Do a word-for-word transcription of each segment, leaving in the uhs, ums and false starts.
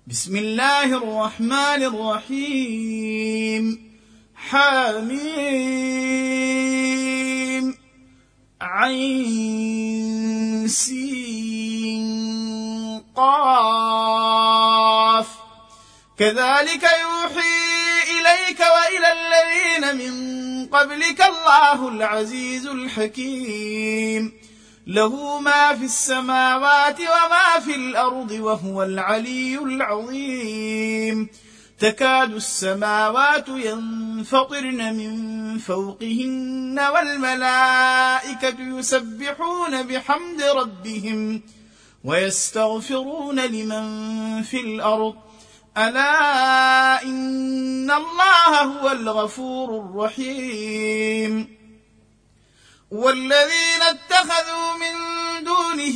بسم الله الرحمن الرحيم. حميم عين سين قاف. كذلك يوحي إليك وإلى الذين من قبلك الله العزيز الحكيم، له ما في السماوات وما في الأرض وهو العلي العظيم. تكاد السماوات ينفطرن من فوقهن والملائكة يسبحون بحمد ربهم ويستغفرون لمن في الأرض، ألا إن الله هو الغفور الرحيم. والذين اتخذوا من دونه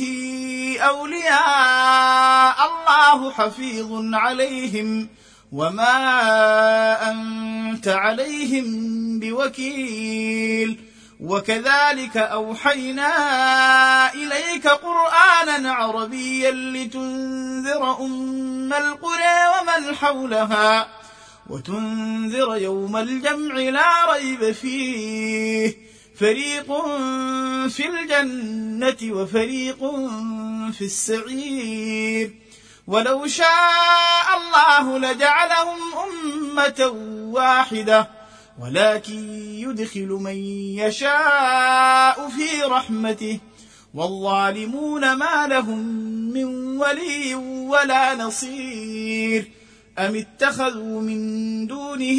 أولياء الله حفيظ عليهم وما أنت عليهم بوكيل. وكذلك أوحينا إليك قرآنا عربيا لتنذر أم القرى ومن حولها وتنذر يوم الجمع لا ريب فيه، فريق في الجنة وفريق في السعير. ولو شاء الله لجعلهم أمة واحدة ولكن يدخل من يشاء في رحمته، والظالمون ما لهم من ولي ولا نصير. أم اتخذوا من دونه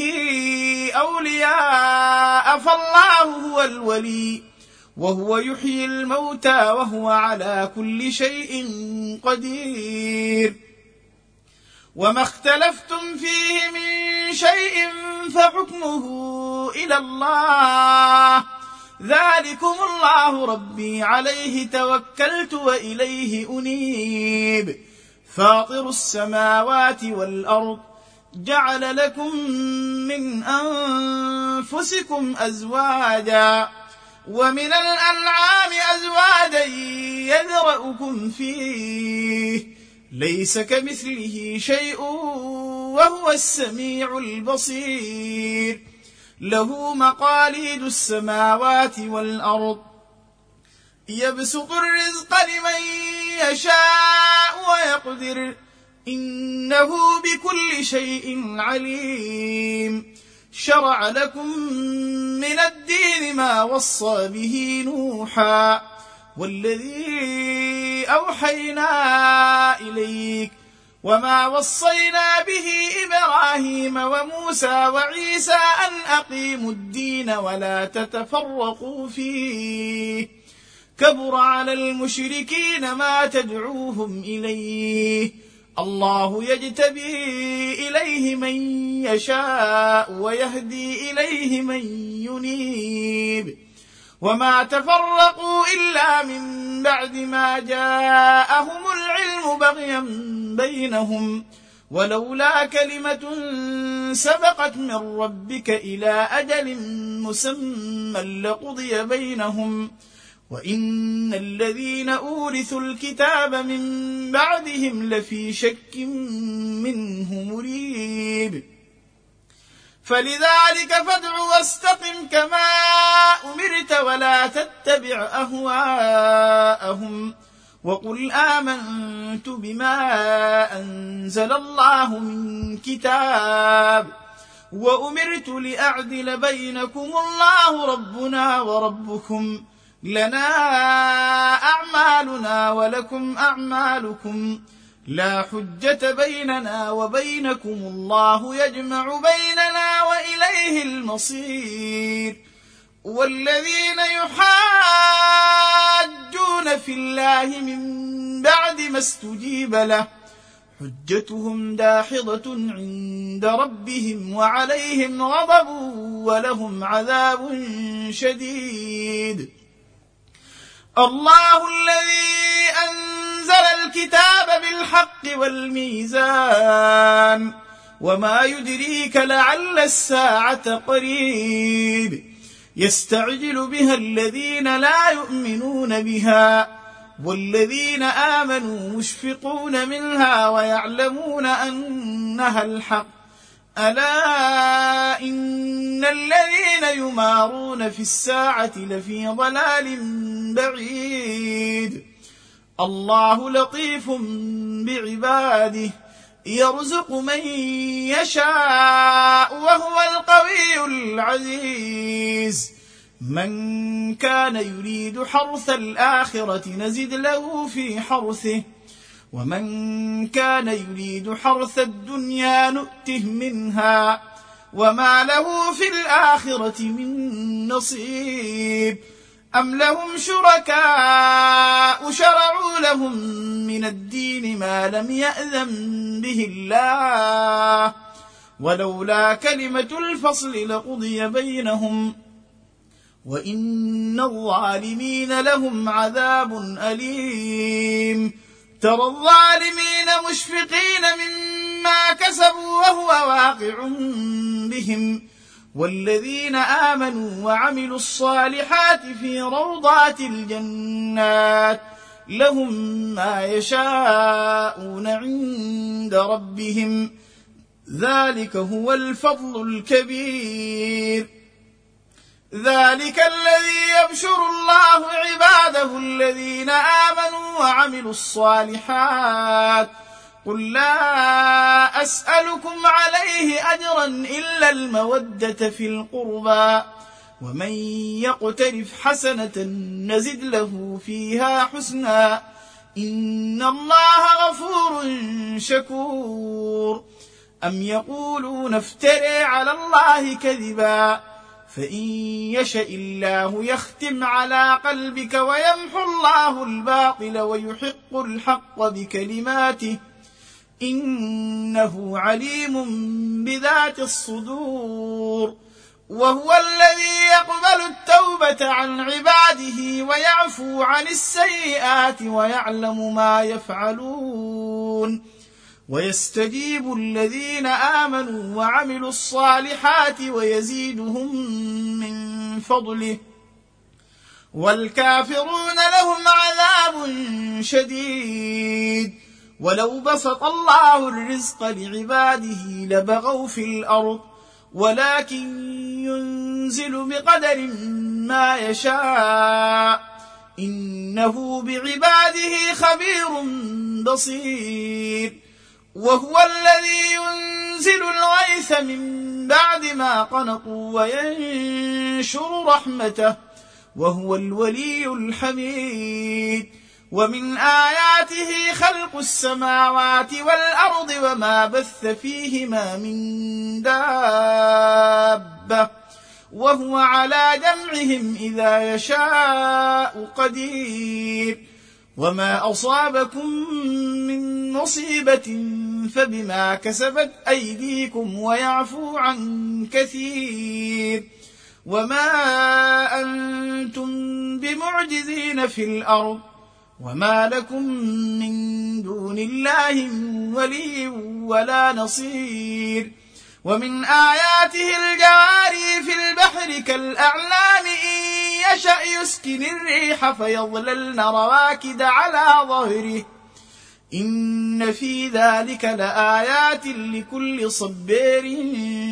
أولياء فالله هو الولي وهو يحيي الموتى وهو على كل شيء قدير. وما اختلفتم فيه من شيء فحكمه إلى الله، ذلكم الله ربي عليه توكلت وإليه أنيب. فاطر السماوات والأرض جعل لكم من أنفسكم أزواجا ومن الأنعام أزواجا يذرأكم فيه، ليس كمثله شيء وهو السميع البصير. له مقاليد السماوات والأرض يبسط الرزق لمن يشاء ويقدر، إنه بكل شيء عليم. شرع لكم من الدين ما وصى به نوحا والذي أوحينا إليك وما وصينا به إبراهيم وموسى وعيسى أن أقيموا الدين ولا تتفرقوا فيه، كبر على المشركين ما تدعوهم إليه، الله يجتبي إليه من يشاء ويهدي إليه من ينيب. وما تفرقوا إلا من بعد ما جاءهم العلم بغيا بينهم، ولولا كلمة سبقت من ربك إلى أجل مسمى لقضي بينهم، وإن الذين أورثوا الكتاب من بعدهم لفي شك منه مريب. فلذلك فادع واستقم كما أمرت ولا تتبع أهواءهم، وقل آمنت بما أنزل الله من كتاب وأمرت لأعدل بينكم الله ربنا وربكم، لنا أعمالنا ولكم أعمالكم، لا حجة بيننا وبينكم، الله يجمع بيننا وإليه المصير. والذين يحاجون في الله من بعد ما استجيب له حجتهم داحضة عند ربهم وعليهم غضب ولهم عذاب شديد. الله الذي أنزل الكتاب بالحق والميزان، وما يدريك لعل الساعة قريب. يستعجل بها الذين لا يؤمنون بها والذين آمنوا مشفقون منها ويعلمون أنها الحق ألا إن الذين يمارون في الساعة لفي ضلال بعيد الله لطيف بعباده يرزق من يشاء وهو القوي العزيز من كان يريد حرث الآخرة نزد له في حرثه ومن كان يريد حرث الدنيا نؤته منها وما له في الآخرة من نصيب أم لهم شركاء شرعوا لهم من الدين ما لم يأذن به الله ولولا كلمة الفصل لقضي بينهم وإن الظالمين لهم عذاب أليم ترى الظالمين مشفقين مما كسبوا وهو واقع بهم والذين آمنوا وعملوا الصالحات في روضات الجنات لهم ما يشاءون عند ربهم ذلك هو الفضل الكبير ذلك الذي يبشر الله عباده الذين آمنوا وعملوا الصالحات قل لا أسألكم عليه أجرا إلا المودة في القربى ومن يقترف حسنة نزد له فيها حسنا إن الله غفور شكور أم يقولون افتري على الله كذبا فإن يشأ الله يختم على قلبك ويمحو الله الباطل ويحق الحق بكلماته إنه عليم بذات الصدور وهو الذي يقبل التوبة عن عباده ويعفو عن السيئات ويعلم ما يفعلون ويستجيب الذين آمنوا وعملوا الصالحات ويزيدهم من فضله والكافرون لهم عذاب شديد ولو بسط الله الرزق لعباده لبغوا في الأرض ولكن ينزل بقدر ما يشاء إنه بعباده خبير بصير وهو الذي ينزل الغيث من بعد ما قنطوا وينشر رحمته وهو الولي الحميد ومن آياته خلق السماوات والأرض وما بث فيهما من دابة وهو على جمعهم إذا يشاء قدير وما أصابكم من مصيبة فبما كسبت أيديكم ويعفو عن كثير وما أنتم بمعجزين في الأرض وما لكم من دون الله من ولي ولا نصير ومن آياته الجواري في البحر كالأعلام إن يشأ يسكن الريح فيظللن رواكد على ظهره إن في ذلك لآيات لكل صبير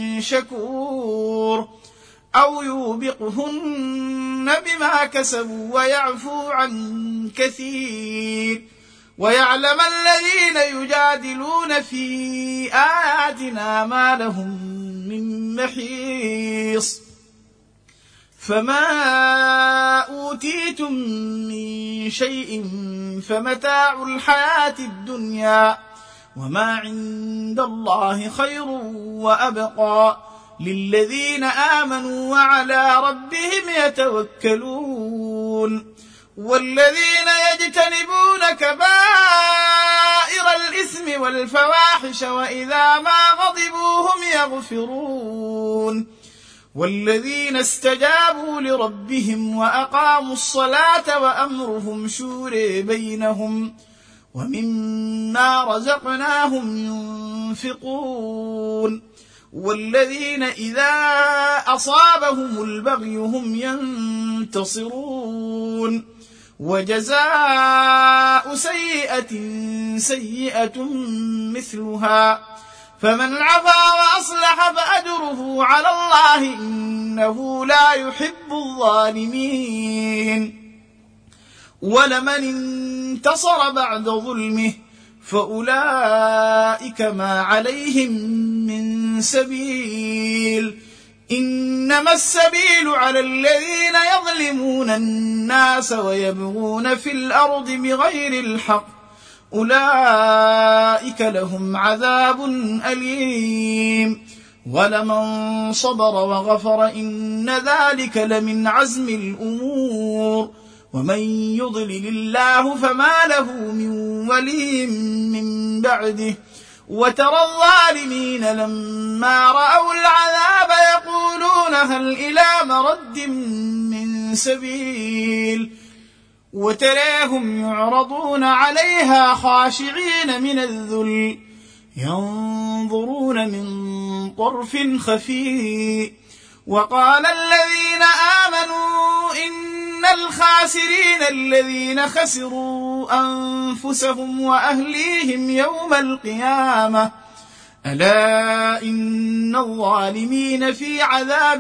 شكور أو يوبقهن بما كسبوا ويعفو عن كثير ويعلم الذين يجادلون في آياتنا ما لهم من محيص فما أوتيتم من شيء فمتاع الحياة الدنيا وما عند الله خير وأبقى للذين آمنوا وعلى ربهم يتوكلون والذين يجتنبون كبائر الإثم والفواحش وإذا ما غضبوا هم يغفرون والذين استجابوا لربهم وأقاموا الصلاة وأمرهم شورى بينهم ومما رزقناهم ينفقون والذين إذا أصابهم البغي هم ينتصرون وجزاء سيئة سيئة مثلها، فمن عفا وأصلح فأجره على الله إنه لا يحب الظالمين. ولمن انتصر بعد ظلمه فأولئك ما عليهم من سبيل، إنما السبيل على الذين يظلمون الناس ويبغون في الأرض بغير الحق، أولئك لهم عذاب أليم. ولمن صبر وغفر إن ذلك لمن عزم الأمور. ومن يضلل الله فما له من ولي من بعده، وترى الظالمين لما رأوا العذاب يقولون هل إلى مرد من سبيل، وتراهم يعرضون عليها خاشعين من الذل ينظرون من طرف خفي. وقال الذين آمنوا إن الخاسرين الذين خسروا أنفسهم وأهليهم يوم القيامة، ألا إن الظالمين في عذاب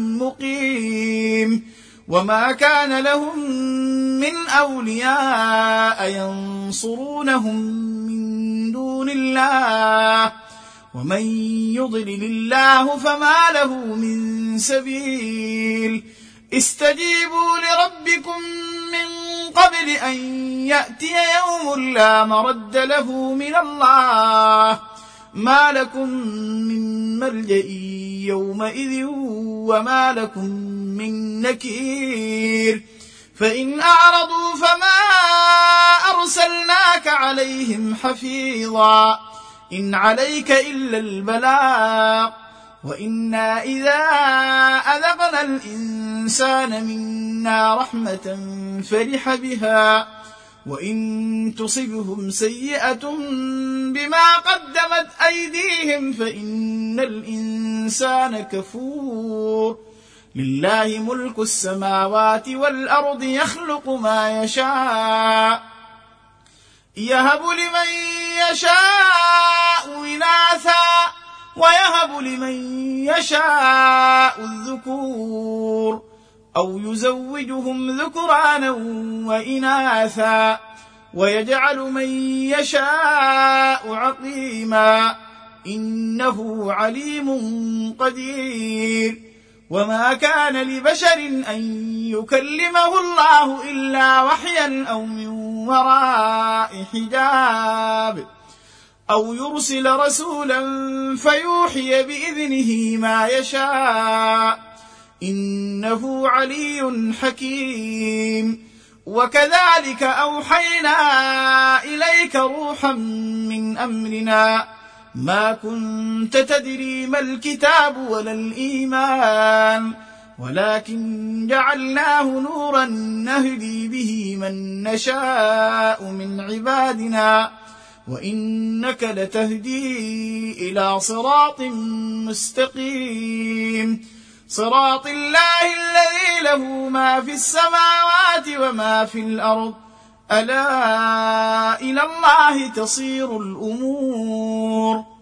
مقيم. وما كان لهم من أولياء ينصرونهم من دون الله، ومن يضلل الله فما له من سبيل. استجيبوا لربكم من قبل أن يأتي يوم لا مرد له من الله، ما لكم من ملجأ يومئذ وما لكم من نكير. فإن أعرضوا فما أرسلناك عليهم حفيظا، إن عليك إلا البلاغ، وإنا إذا أذقنا الإنسان منا رحمة فرح بها، وإن تصبهم سيئة بما قدمت أيديهم فإن الإنسان كفور. لله ملك السماوات والأرض يخلق ما يشاء، يهب لمن يشاء إناثا ويهب لمن يشاء الذكور، أو يزوجهم ذكرانا وإناثا ويجعل من يشاء عقيما، إنه عليم قدير. وما كان لبشر أن يكلمه الله إلا وحيا أو من وراء حجاب، أو يرسل رسولا فيوحي بإذنه ما يشاء، إنه علي حكيم. وكذلك أوحينا إليك روحا من أمرنا، ما كنت تدري ما الكتاب ولا الإيمان، ولكن جعلناه نورا نهدي به من نشاء من عبادنا، وإنك لتهدي إلى صراط مستقيم، صراط الله الذي له ما في السماوات وما في الأرض، ألا إلى الله تصير الأمور.